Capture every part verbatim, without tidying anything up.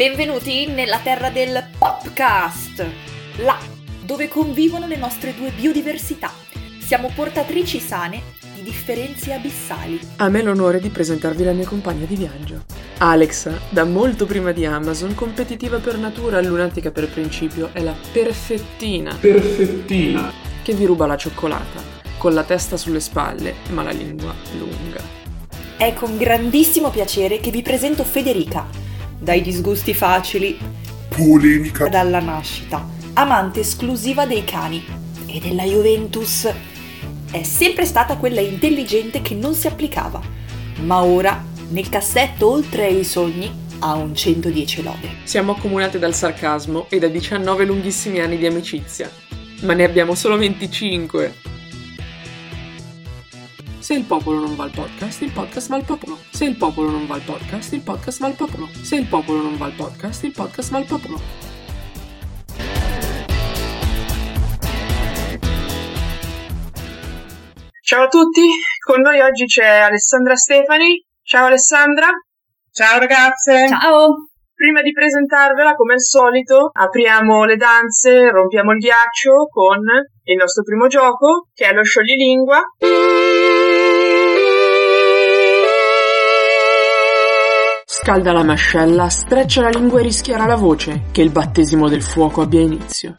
Benvenuti nella terra del Popcast, là dove convivono le nostre due biodiversità. Siamo portatrici sane di differenze abissali. A me l'onore di presentarvi la mia compagna di viaggio. Alexa, da molto prima di Amazon, competitiva per natura, lunatica per principio, è la perfettina. Perfettina. Che vi ruba la cioccolata, con la testa sulle spalle, ma la lingua lunga. È con grandissimo piacere che vi presento Federica, dai disgusti facili, polemica dalla nascita, amante esclusiva dei cani e della Juventus. È sempre stata quella intelligente che non si applicava, ma ora, nel cassetto oltre ai sogni, ha un centodieci lode. Siamo accomunate dal sarcasmo e da diciannove lunghissimi anni di amicizia, ma ne abbiamo solo venticinque. Se il popolo non va al podcast, il podcast va al popolo. Se il popolo non va al podcast, il podcast va al popolo. Se il popolo non va al podcast, il podcast va al popolo. Ciao a tutti, con noi oggi c'è Alessandra Stefani. Ciao Alessandra. Ciao ragazze. Ciao. Prima di presentarvela, come al solito, apriamo le danze, rompiamo il ghiaccio con il nostro primo gioco, che è lo scioglilingua. Scalda la mascella, streccia la lingua e rischiara la voce, che il battesimo del fuoco abbia inizio.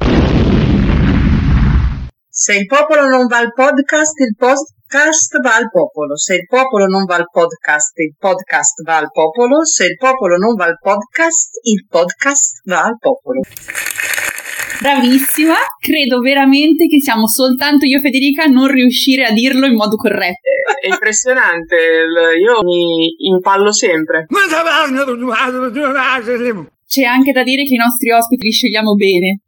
Se il popolo non va al podcast, il podcast va al popolo. Se il popolo non va al podcast, il podcast va al popolo. Se il popolo non va al podcast, il podcast va al popolo. Bravissima, credo veramente che siamo soltanto io e Federica a non riuscire a dirlo in modo corretto. È impressionante, io mi impallo sempre. C'è anche da dire che i nostri ospiti li scegliamo bene.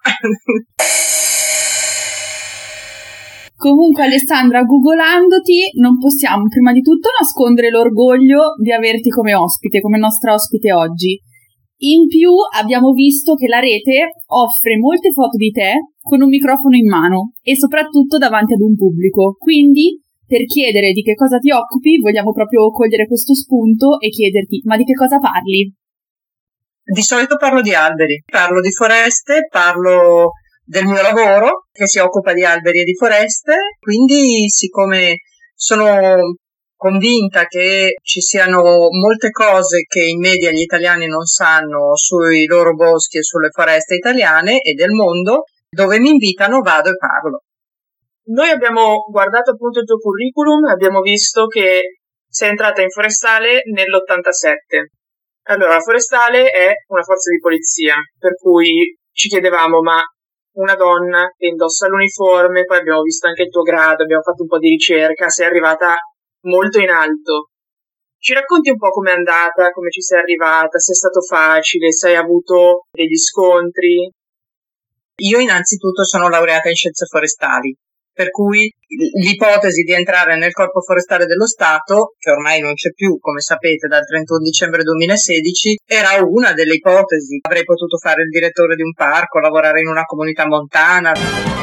Comunque Alessandra, googlandoti non possiamo prima di tutto nascondere l'orgoglio di averti come ospite, come nostra ospite oggi. In più abbiamo visto che la rete offre molte foto di te con un microfono in mano e soprattutto davanti ad un pubblico. Quindi, per chiedere di che cosa ti occupi, vogliamo proprio cogliere questo spunto e chiederti: ma di che cosa parli? Di solito parlo di alberi, parlo di foreste, parlo del mio lavoro che si occupa di alberi e di foreste, quindi siccome sono convinta che ci siano molte cose che in media gli italiani non sanno sui loro boschi e sulle foreste italiane e del mondo, dove mi invitano vado e parlo. Noi abbiamo guardato appunto il tuo curriculum, abbiamo visto che sei entrata in forestale nell'ottantasette. Allora, la forestale è una forza di polizia, per cui ci chiedevamo, ma una donna che indossa l'uniforme, poi abbiamo visto anche il tuo grado, abbiamo fatto un po' di ricerca, sei arrivata molto in alto. Ci racconti un po' com'è andata, come ci sei arrivata, se è stato facile, se hai avuto degli scontri? Io innanzitutto sono laureata in scienze forestali, per cui l'ipotesi di entrare nel Corpo Forestale dello Stato, che ormai non c'è più, come sapete, dal trentuno dicembre duemilasedici, era una delle ipotesi. Avrei potuto fare il direttore di un parco, lavorare in una comunità montana,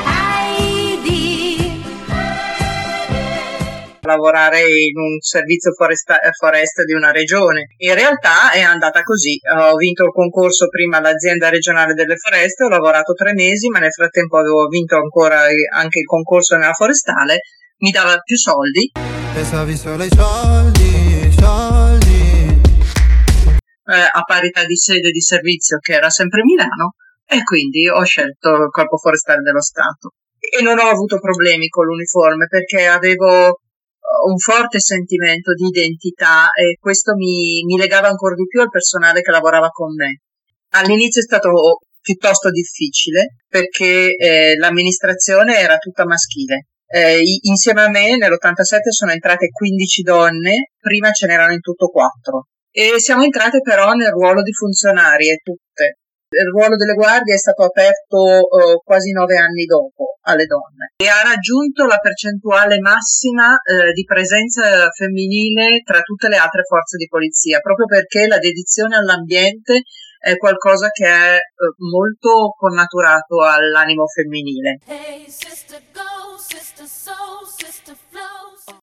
lavorare in un servizio foresta- foreste di una regione. In realtà è andata così. Ho vinto il concorso prima all'azienda regionale delle foreste, ho lavorato tre mesi, ma nel frattempo avevo vinto ancora anche il concorso nella forestale, mi dava più soldi. Pensavi solo ai soldi, soldi. Eh, a parità di sede di servizio, che era sempre Milano, e quindi ho scelto il Corpo Forestale dello Stato. E non ho avuto problemi con l'uniforme perché avevo un forte sentimento di identità e questo mi, mi legava ancora di più al personale che lavorava con me. All'inizio è stato piuttosto difficile perché eh, l'amministrazione era tutta maschile. Eh, insieme a me nell'ottantasette sono entrate quindici donne, prima ce n'erano in tutto quattro. E siamo entrate però nel ruolo di funzionarie tutte. Il ruolo delle guardie è stato aperto eh, quasi nove anni dopo alle donne e ha raggiunto la percentuale massima eh, di presenza femminile tra tutte le altre forze di polizia, proprio perché la dedizione all'ambiente è qualcosa che è eh, molto connaturato all'animo femminile.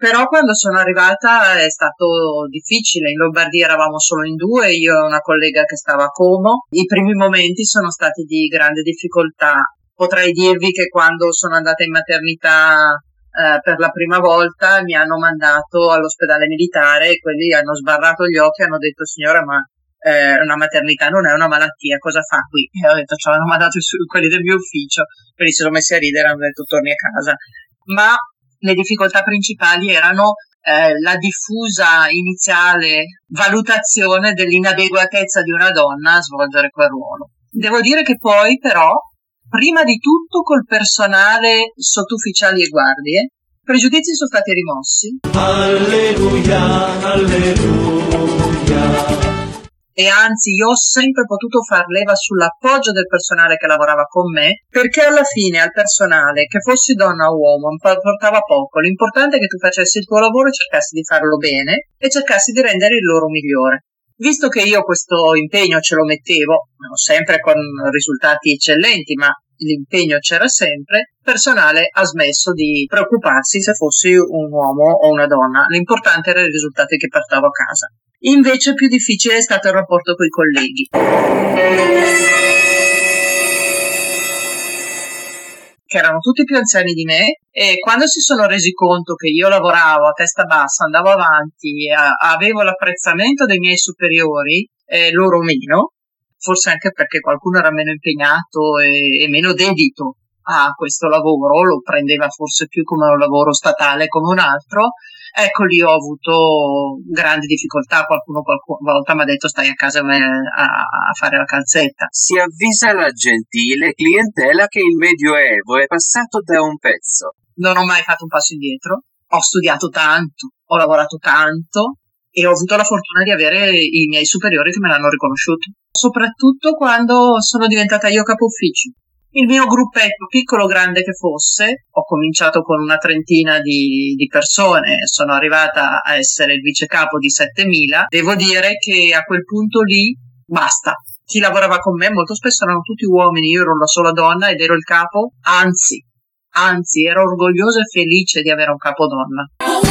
Però quando sono arrivata è stato difficile. In Lombardia eravamo solo in due, io e una collega che stava a Como. I primi momenti sono stati di grande difficoltà. Potrei dirvi che quando sono andata in maternità eh, per la prima volta mi hanno mandato all'ospedale militare e quelli hanno sbarrato gli occhi e hanno detto: signora, ma eh, una maternità non è una malattia, cosa fa qui? E ho detto: ci hanno mandato su, quelli del mio ufficio. Quelli si sono messi a ridere e hanno detto: torni a casa. Ma le difficoltà principali erano eh, la diffusa iniziale valutazione dell'inadeguatezza di una donna a svolgere quel ruolo. Devo dire che poi però, prima di tutto col personale sottufficiali e guardie, i pregiudizi sono stati rimossi. Alleluia, alleluia. E anzi io ho sempre potuto far leva sull'appoggio del personale che lavorava con me, perché alla fine al personale, che fossi donna o uomo, importava poco. L'importante è che tu facessi il tuo lavoro e cercassi di farlo bene e cercassi di rendere il loro migliore. Visto che io questo impegno ce lo mettevo, non sempre con risultati eccellenti, ma l'impegno c'era sempre, il personale ha smesso di preoccuparsi se fossi un uomo o una donna. L'importante erano i risultati che portavo a casa. Invece più difficile è stato il rapporto con i colleghi, che erano tutti più anziani di me, e quando si sono resi conto che io lavoravo a testa bassa, andavo avanti, a- avevo l'apprezzamento dei miei superiori, e loro meno, forse anche perché qualcuno era meno impegnato e, e meno dedito a questo lavoro, lo prendeva forse più come un lavoro statale come un altro. Ecco, lì ho avuto grandi difficoltà. Qualcuno qualche volta mi ha detto: stai a casa a, a fare la calzetta. Si avvisa la gentile clientela che il Medioevo è passato da un pezzo. Non ho mai fatto un passo indietro, ho studiato tanto, ho lavorato tanto e ho avuto la fortuna di avere i miei superiori che me l'hanno riconosciuto, soprattutto quando sono diventata io capo ufficio. Il mio gruppetto, piccolo o grande che fosse, ho cominciato con una trentina di, di persone, sono arrivata a essere il vicecapo di settemila. Devo dire che a quel punto lì basta. Chi lavorava con me molto spesso erano tutti uomini, io ero la sola donna ed ero il capo, anzi, anzi ero orgogliosa e felice di avere un capo donna.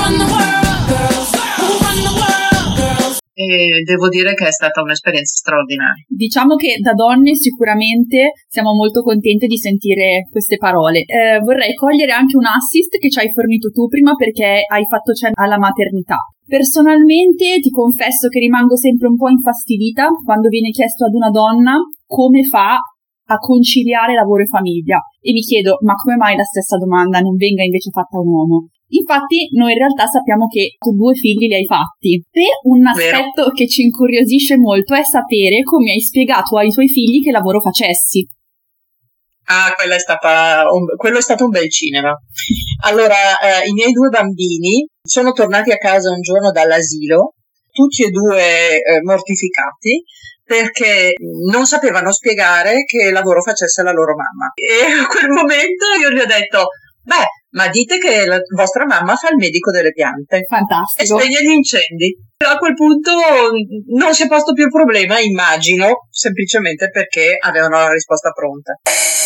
E devo dire che è stata un'esperienza straordinaria. Diciamo che da donne sicuramente siamo molto contente di sentire queste parole. Eh, vorrei cogliere anche un assist che ci hai fornito tu prima, perché hai fatto cenno alla maternità. Personalmente ti confesso che rimango sempre un po' infastidita quando viene chiesto ad una donna come fa a conciliare lavoro e famiglia, e mi chiedo: ma come mai la stessa domanda non venga invece fatta a un uomo? Infatti noi in realtà sappiamo che tu due figli li hai fatti, e un aspetto Vero. che ci incuriosisce molto è sapere come hai spiegato ai tuoi figli che lavoro facessi. Ah, quella è stata un, quello è stato un bel cinema. Allora, eh, i miei due bambini sono tornati a casa un giorno dall'asilo, tutti e due eh, mortificati, perché non sapevano spiegare che lavoro facesse la loro mamma. E a quel momento io gli ho detto: beh, ma dite che la vostra mamma fa il medico delle piante. Fantastico. E spegne gli incendi. A quel punto non si è posto più il problema, immagino, semplicemente perché avevano la risposta pronta.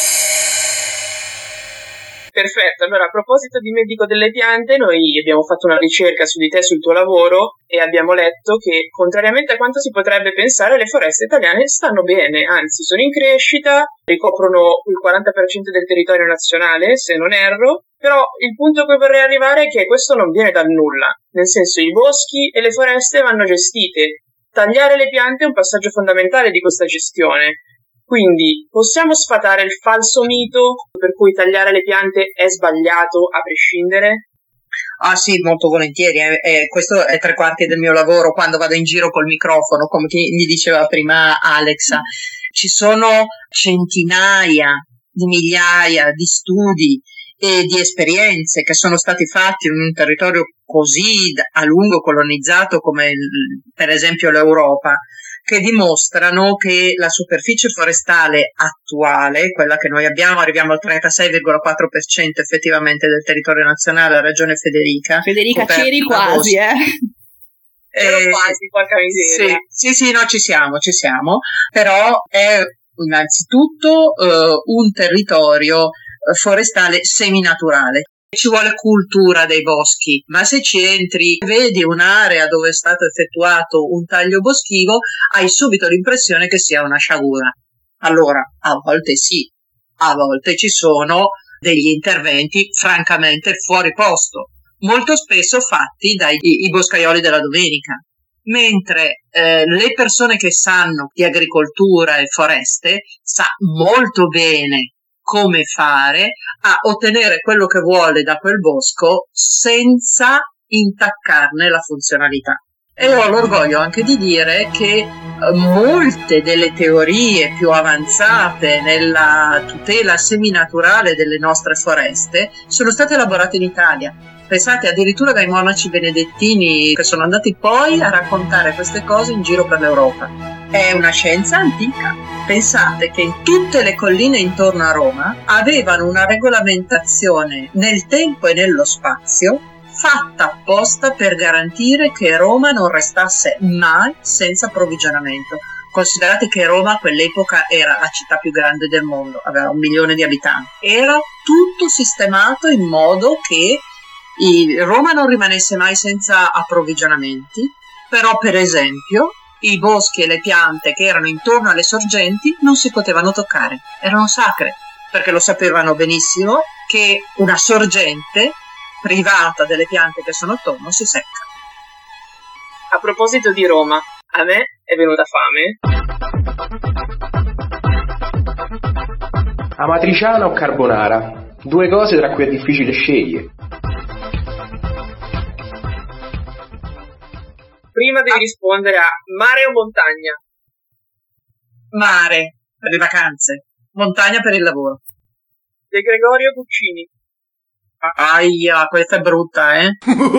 Perfetto, allora a proposito di medico delle piante, noi abbiamo fatto una ricerca su di te, sul tuo lavoro, e abbiamo letto che, contrariamente a quanto si potrebbe pensare, le foreste italiane stanno bene, anzi sono in crescita, ricoprono il quaranta per cento del territorio nazionale, se non erro, però il punto a cui vorrei arrivare è che questo non viene dal nulla, nel senso i boschi e le foreste vanno gestite. Tagliare le piante è un passaggio fondamentale di questa gestione. Quindi possiamo sfatare il falso mito per cui tagliare le piante è sbagliato a prescindere? Ah sì, molto volentieri, eh, eh, questo è tre quarti del mio lavoro quando vado in giro col microfono, come mi diceva prima Alexa. Ci sono centinaia di migliaia di studi e di esperienze che sono stati fatti in un territorio così a lungo colonizzato come il, per esempio l'Europa, che dimostrano che la superficie forestale attuale, quella che noi abbiamo, arriviamo al trentasei virgola quattro per cento effettivamente del territorio nazionale, la regione Federica. Federica, c'eri quasi, eh? Ero eh, quasi, porca miseria. Sì, sì, sì, no, ci siamo, ci siamo, però è innanzitutto uh, un territorio forestale seminaturale. ci vuole cultura dei boschi, ma se ci entri, vedi un'area dove è stato effettuato un taglio boschivo, hai subito l'impressione che sia una sciagura. Allora, a volte sì, a volte ci sono degli interventi francamente fuori posto, molto spesso fatti dai i, i boscaioli della domenica, mentre eh, le persone che sanno di agricoltura e foreste sa molto bene come fare a ottenere quello che vuole da quel bosco senza intaccarne la funzionalità. E ho l'orgoglio anche di dire che eh, molte delle teorie più avanzate nella tutela seminaturale delle nostre foreste sono state elaborate in Italia. Pensate addirittura dai monaci benedettini che sono andati poi a raccontare queste cose in giro per l'Europa. È una scienza antica. Pensate che in tutte le colline intorno a Roma avevano una regolamentazione nel tempo e nello spazio fatta apposta per garantire che Roma non restasse mai senza approvvigionamento. Considerate che Roma a quell'epoca era la città più grande del mondo, aveva un milione di abitanti. Era tutto sistemato in modo che i, Roma non rimanesse mai senza approvvigionamenti, però per esempio i boschi e le piante che erano intorno alle sorgenti non si potevano toccare, erano sacre, perché lo sapevano benissimo che una sorgente privata delle piante che sono attorno si secca. A proposito di Roma, a me è venuta fame. Amatriciana o carbonara? Due cose tra cui è difficile scegliere. Prima devi rispondere a mare o montagna? Mare, per le vacanze. Montagna per il lavoro. De Gregorio Guccini. Aia, questa è brutta, eh?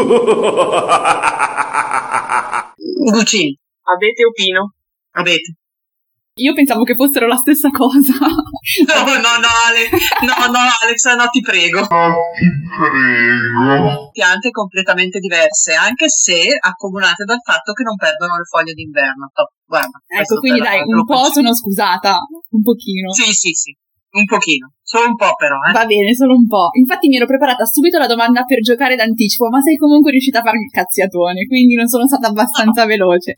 Guccini. Abete o Pino? Abete. Io pensavo che fossero la stessa cosa. No, no, no, Ale, no, no, Alexa, no, ti prego. No, ti prego. Piante completamente diverse, anche se accomunate dal fatto che non perdono le foglie d'inverno. Oh, guarda. Ecco, quindi dai, un po' sono scusata, un pochino. Sì, sì, sì, un pochino, solo un po' però, eh. Va bene, solo un po'. Infatti mi ero preparata subito la domanda per giocare d'anticipo, ma sei comunque riuscita a farmi il cazziatone, quindi non sono stata abbastanza veloce.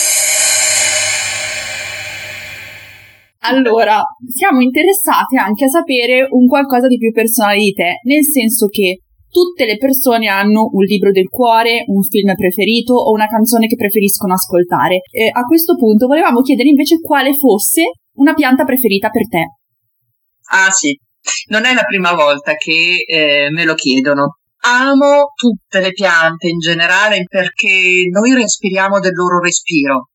Allora, siamo interessate anche a sapere un qualcosa di più personale di te, nel senso che tutte le persone hanno un libro del cuore, un film preferito o una canzone che preferiscono ascoltare. E a questo punto volevamo chiedere invece quale fosse una pianta preferita per te. Ah sì, non è la prima volta che eh, me lo chiedono. Amo tutte le piante in generale perché noi respiriamo del loro respiro.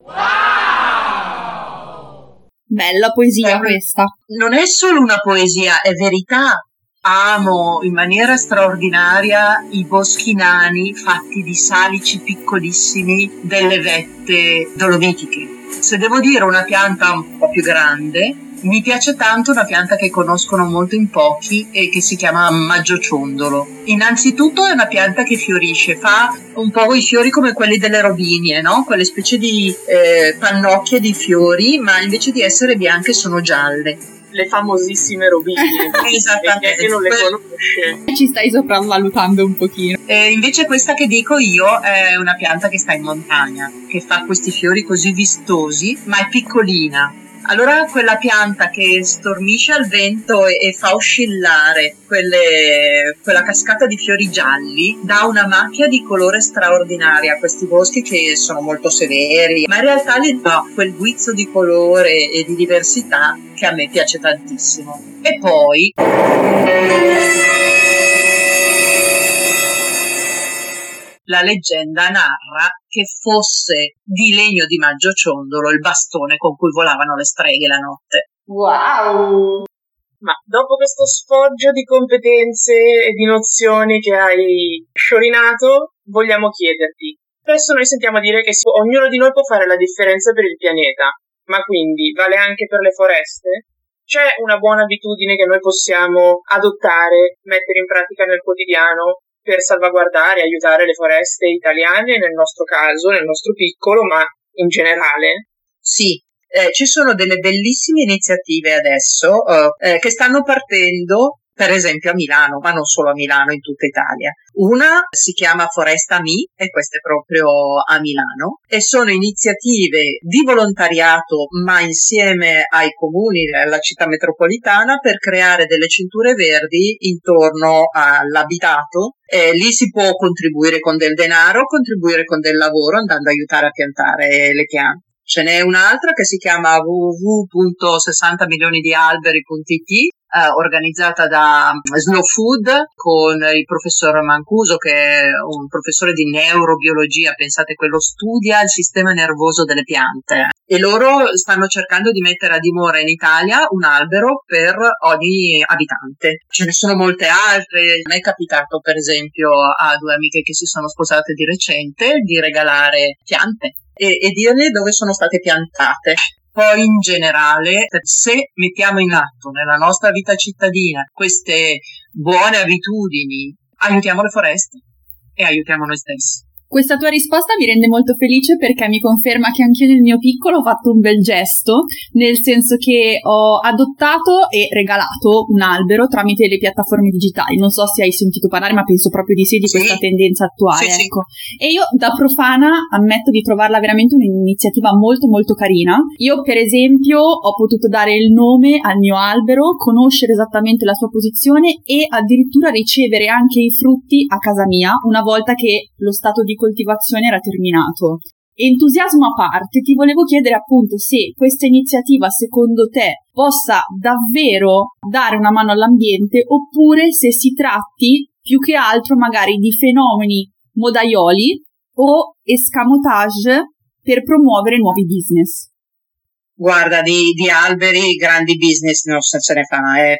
Bella poesia questa. Non è solo una poesia, è verità. Amo in maniera straordinaria i boschi nani fatti di salici piccolissimi delle vette dolomitiche. Se devo dire una pianta un po' più grande, mi piace tanto una pianta che conoscono molto in pochi e che si chiama maggiociondolo. Innanzitutto è una pianta che fiorisce, fa un po' i fiori come quelli delle robinie, no? Quelle specie di eh, pannocchie di fiori, ma invece di essere bianche sono gialle. Le famosissime robinie. Esattamente. Che non le conosce. Ci stai sopravvalutando un pochino. E invece questa che dico io è una pianta che sta in montagna, che fa questi fiori così vistosi, ma è piccolina. Allora quella pianta che stormisce al vento e, e fa oscillare quelle, quella cascata di fiori gialli dà una macchia di colore straordinaria a questi boschi che sono molto severi, ma in realtà gli dà quel guizzo di colore e di diversità che a me piace tantissimo. E poi la leggenda narra che fosse di legno di maggiociondolo il bastone con cui volavano le streghe la notte. Wow! Ma dopo questo sfoggio di competenze e di nozioni che hai sciorinato, vogliamo chiederti. Spesso noi sentiamo dire che ognuno di noi può fare la differenza per il pianeta, ma quindi vale anche per le foreste? C'è una buona abitudine che noi possiamo adottare, mettere in pratica nel quotidiano, per salvaguardare e aiutare le foreste italiane, nel nostro caso, nel nostro piccolo, ma in generale? Sì, eh, ci sono delle bellissime iniziative adesso eh, che stanno partendo per esempio a Milano, ma non solo a Milano, in tutta Italia. Una si chiama Foresta Mi, e questa è proprio a Milano, e sono iniziative di volontariato, ma insieme ai comuni e alla città metropolitana, per creare delle cinture verdi intorno all'abitato. E lì si può contribuire con del denaro, contribuire con del lavoro, andando a aiutare a piantare le piante. Ce n'è un'altra che si chiama w w w punto sessanta milioni di alberi punto i t, eh, organizzata da Slow Food con il professor Mancuso, che è un professore di neurobiologia. Pensate, quello studia il sistema nervoso delle piante, e loro stanno cercando di mettere a dimora in Italia un albero per ogni abitante. Ce ne sono molte altre. Mi è capitato per esempio a due amiche che si sono sposate di recente di regalare piante e, e dirle dove sono state piantate. Poi in generale, se mettiamo in atto nella nostra vita cittadina queste buone abitudini, aiutiamo le foreste e aiutiamo noi stessi. Questa tua risposta mi rende molto felice, perché mi conferma che anch'io nel mio piccolo ho fatto un bel gesto, nel senso che ho adottato e regalato un albero tramite le piattaforme digitali. Non so se hai sentito parlare, ma penso proprio di sì, di questa sì. tendenza attuale. Sì, ecco. Sì. E io da profana ammetto di trovarla veramente un'iniziativa molto molto carina. Io per esempio ho potuto dare il nome al mio albero, conoscere esattamente la sua posizione e addirittura ricevere anche i frutti a casa mia una volta che lo stato di coltivazione era terminato. Entusiasmo a parte, ti volevo chiedere appunto se questa iniziativa secondo te possa davvero dare una mano all'ambiente, oppure se si tratti più che altro magari di fenomeni modaioli o escamotage per promuovere nuovi business. Guarda, di, di alberi grandi business non se ne fa, eh.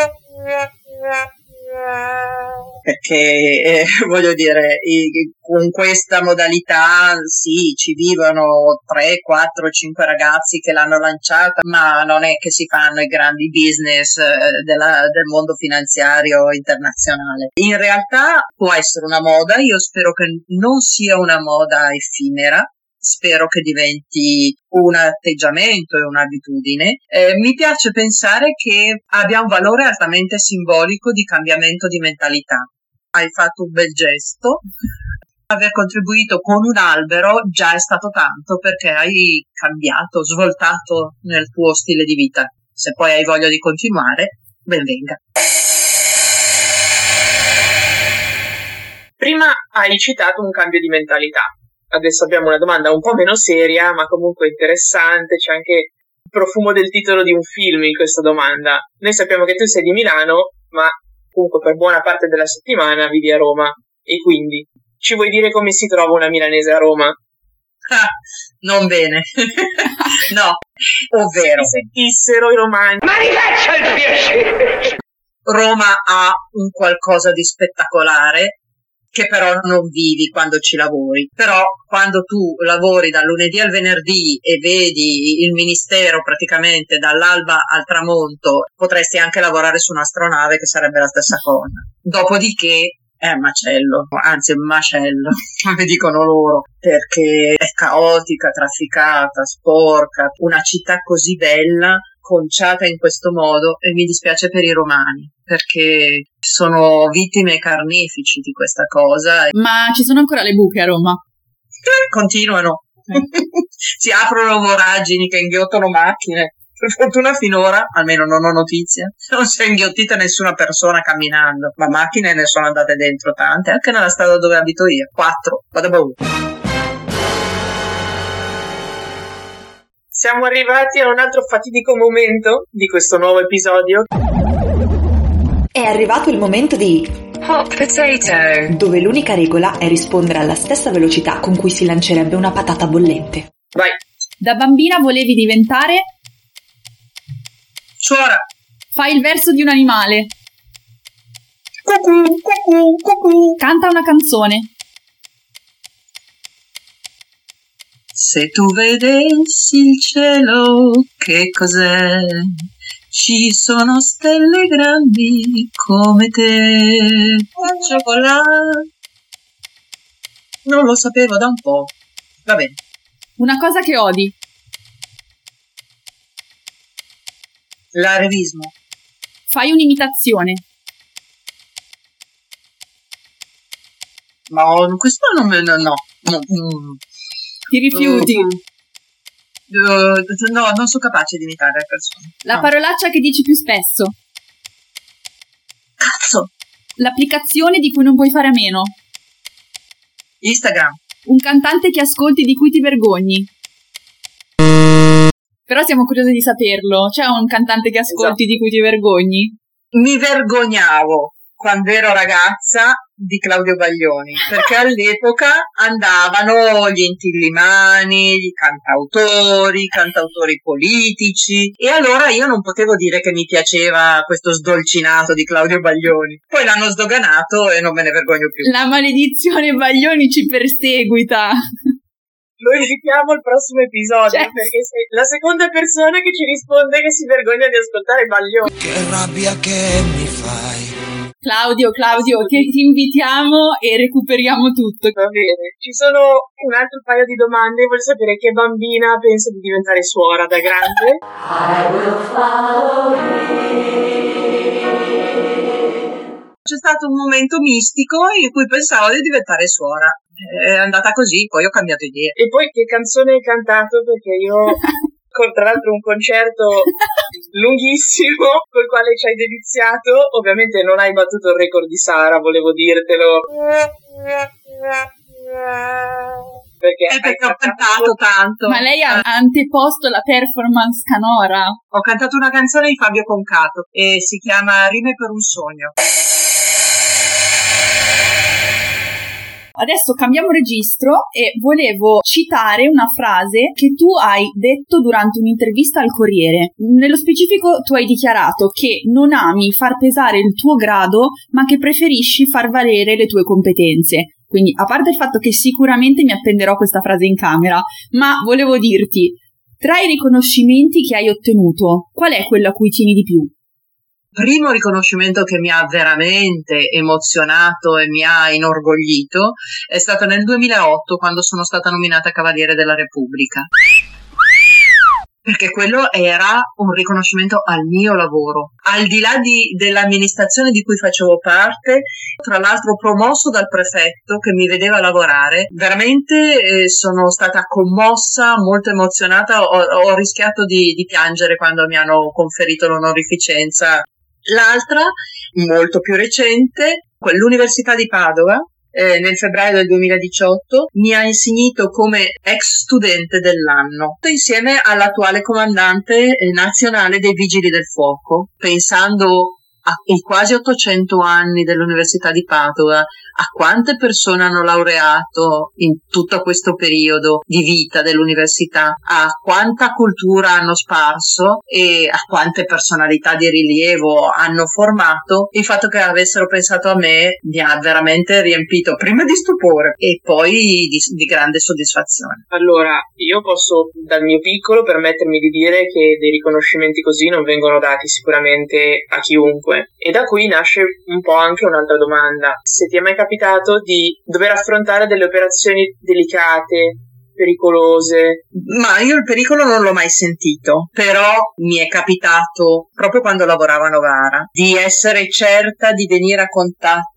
Perché eh, voglio dire, i, con questa modalità sì, ci vivono tre, quattro, cinque ragazzi che l'hanno lanciata, ma non è che si fanno i grandi business eh, della, del mondo finanziario internazionale. In realtà può essere una moda, io spero che non sia una moda effimera. Spero che diventi un atteggiamento e un'abitudine. Eh, mi piace pensare che abbia un valore altamente simbolico di cambiamento di mentalità. Hai fatto un bel gesto. Aver contribuito con un albero già è stato tanto, perché hai cambiato, svoltato nel tuo stile di vita. Se poi hai voglia di continuare, ben venga. Prima hai citato un cambio di mentalità. Adesso abbiamo una domanda un po' meno seria, ma comunque interessante. C'è anche il profumo del titolo di un film in questa domanda. Noi sappiamo che tu sei di Milano, ma comunque per buona parte della settimana vivi a Roma. E quindi ci vuoi dire come si trova una milanese a Roma? Ah, non bene. No, ovvero. Se sentissero i romani. Ma rifaccia il piacere! Roma ha un qualcosa di spettacolare che però non vivi quando ci lavori. Però quando tu lavori dal lunedì al venerdì e vedi il ministero praticamente dall'alba al tramonto, potresti anche lavorare su un'astronave, che sarebbe la stessa cosa. Dopodiché è un macello, anzi è un macello, come dicono loro, perché è caotica, trafficata, sporca, una città così bella, conciata in questo modo, e mi dispiace per i romani, perché sono vittime carnefici di questa cosa. Ma ci sono ancora le buche a Roma? Eh, continuano. Eh. Si aprono voragini che inghiottano macchine. Per fortuna finora, almeno non ho notizie, non si è inghiottita nessuna persona camminando, ma macchine ne sono andate dentro tante, anche nella strada dove abito io. Quattro. Vado a baù. Siamo arrivati a un altro fatidico momento di questo nuovo episodio. È arrivato il momento di Hot Potato, dove l'unica regola è rispondere alla stessa velocità con cui si lancerebbe una patata bollente. Vai. Da bambina volevi diventare? Suora. Fai il verso di un animale. Cucù, cucù, cucù. Canta una canzone. Se tu vedessi il cielo, che cos'è? Ci sono stelle grandi come te. Cioccolato. Non lo sapevo da un po'. Va bene. Una cosa che odi. L'arevismo. Fai un'imitazione. No, questo non me no, no. no. Ti rifiuti? Uh, no, non sono capace di imitare le persone. La no. parolaccia che dici più spesso? Cazzo! L'applicazione di cui non puoi fare a meno? Instagram. Un cantante che ascolti di cui ti vergogni? Però siamo curiosi di saperlo. C'è un cantante che ascolti esatto. di cui ti vergogni? Mi vergognavo quando ero ragazza di Claudio Baglioni, perché all'epoca andavano gli intillimani, gli cantautori, i cantautori politici, e allora io non potevo dire che mi piaceva questo sdolcinato di Claudio Baglioni. Poi l'hanno sdoganato e non me ne vergogno più. La maledizione Baglioni ci perseguita. Lo invitiamo al prossimo episodio, certo. Perché sei la seconda persona che ci risponde che si vergogna di ascoltare Baglioni. Che rabbia che mi fai. Claudio, Claudio, ti, ti invitiamo e recuperiamo tutto. Va bene. Ci sono un altro paio di domande. Voglio sapere che bambina pensa di diventare suora da grande. I will follow you. C'è stato un momento mistico in cui pensavo di diventare suora. È andata così, poi ho cambiato idea. E poi che canzone hai cantato? Perché io... con tra l'altro un concerto lunghissimo col quale ci hai deliziato. Ovviamente non hai battuto il record di Sara, volevo dirtelo. Perché, eh, perché ho cantato tanto. Ma lei ha anteposto la performance canora. Ho cantato una canzone di Fabio Concato e si chiama Rime per un sogno. Adesso cambiamo registro e volevo citare una frase che tu hai detto durante un'intervista al Corriere. Nello specifico tu hai dichiarato che non ami far pesare il tuo grado, ma che preferisci far valere le tue competenze. Quindi, a parte il fatto che sicuramente mi appenderò questa frase in camera, ma volevo dirti, tra i riconoscimenti che hai ottenuto, qual è quello a cui tieni di più? Primo riconoscimento che mi ha veramente emozionato e mi ha inorgoglito è stato nel duemilaotto, quando sono stata nominata Cavaliere della Repubblica, perché quello era un riconoscimento al mio lavoro, al di là di, dell'amministrazione di cui facevo parte, tra l'altro promosso dal prefetto che mi vedeva lavorare. Veramente eh, sono stata commossa, molto emozionata, ho, ho rischiato di, di piangere quando mi hanno conferito l'onorificenza. L'altra, molto più recente, l'Università di Padova, eh, nel febbraio del duemiladiciotto, mi ha insignito come ex studente dell'anno, insieme all'attuale comandante eh, nazionale dei Vigili del Fuoco, pensando ai quasi ottocento anni dell'Università di Padova, a quante persone hanno laureato in tutto questo periodo di vita dell'università, a quanta cultura hanno sparso e a quante personalità di rilievo hanno formato. Il fatto che avessero pensato a me mi ha veramente riempito prima di stupore e poi di, di grande soddisfazione. Allora, io posso dal mio piccolo permettermi di dire che dei riconoscimenti così non vengono dati sicuramente a chiunque. E da qui nasce un po' anche un'altra domanda. Se ti è mai capitato di dover affrontare delle operazioni delicate, pericolose? Ma io il pericolo non l'ho mai sentito, però mi è capitato, proprio quando lavoravo a Novara, di essere certa di venire a contatto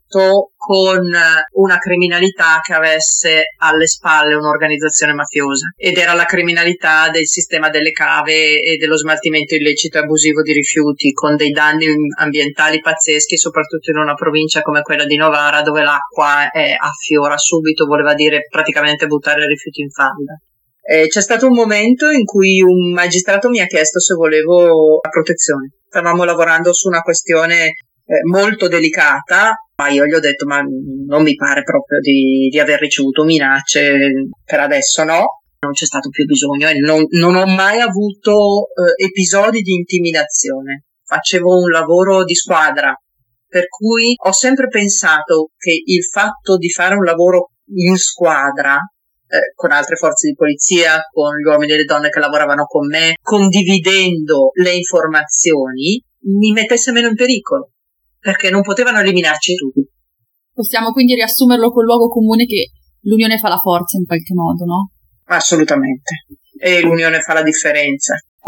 con una criminalità che avesse alle spalle un'organizzazione mafiosa, ed era la criminalità del sistema delle cave e dello smaltimento illecito e abusivo di rifiuti, con dei danni ambientali pazzeschi, soprattutto in una provincia come quella di Novara, dove l'acqua è affiora subito, voleva dire praticamente buttare i rifiuti in falda. Eh, c'è stato un momento in cui un magistrato mi ha chiesto se volevo la protezione. Stavamo lavorando su una questione eh, molto delicata, ma io gli ho detto ma non mi pare proprio di, di aver ricevuto minacce, per adesso no, non c'è stato più bisogno e non, non ho mai avuto eh, episodi di intimidazione. Facevo un lavoro di squadra, per cui ho sempre pensato che il fatto di fare un lavoro in squadra eh, con altre forze di polizia, con gli uomini e le donne che lavoravano con me, condividendo le informazioni, mi mettesse meno in pericolo, perché non potevano eliminarci tutti. Possiamo quindi riassumerlo col luogo comune che l'unione fa la forza in qualche modo, no? Assolutamente. E l'unione fa la differenza.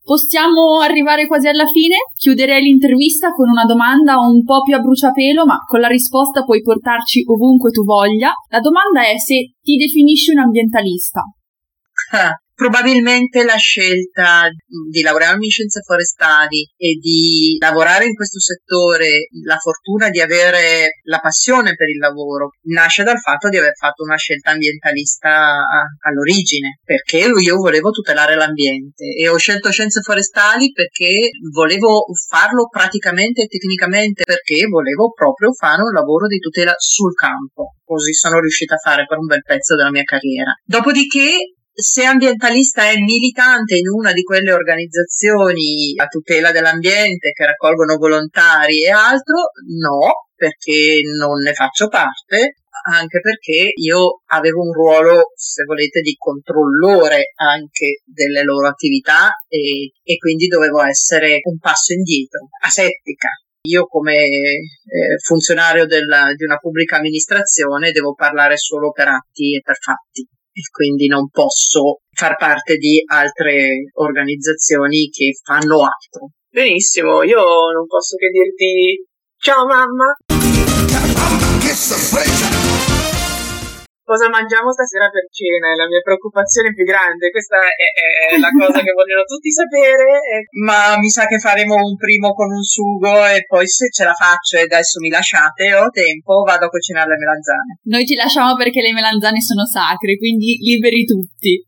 Possiamo arrivare quasi alla fine. Chiuderei l'intervista con una domanda un po' più a bruciapelo, ma con la risposta puoi portarci ovunque tu voglia. La domanda è se ti definisci un ambientalista. Ah, probabilmente la scelta di laurearmi in scienze forestali e di lavorare in questo settore, la fortuna di avere la passione per il lavoro, nasce dal fatto di aver fatto una scelta ambientalista all'origine, perché io volevo tutelare l'ambiente e ho scelto scienze forestali perché volevo farlo praticamente e tecnicamente, perché volevo proprio fare un lavoro di tutela sul campo. Così sono riuscita a fare per un bel pezzo della mia carriera. Dopodiché, se ambientalista è militante in una di quelle organizzazioni a tutela dell'ambiente che raccolgono volontari e altro, no, perché non ne faccio parte, anche perché io avevo un ruolo, se volete, di controllore anche delle loro attività e, e quindi dovevo essere un passo indietro, asettica. Io come eh, funzionario della, di una pubblica amministrazione devo parlare solo per atti e per fatti. E quindi non posso far parte di altre organizzazioni che fanno altro. Benissimo, io non posso che dirti ciao mamma. Cosa mangiamo stasera per cena? È la mia preoccupazione più grande. Questa è, è la cosa che vogliono tutti sapere. Ma mi sa che faremo un primo con un sugo e poi, se ce la faccio e adesso mi lasciate, ho tempo, vado a cucinare le melanzane. Noi ti lasciamo perché le melanzane sono sacre, quindi liberi tutti.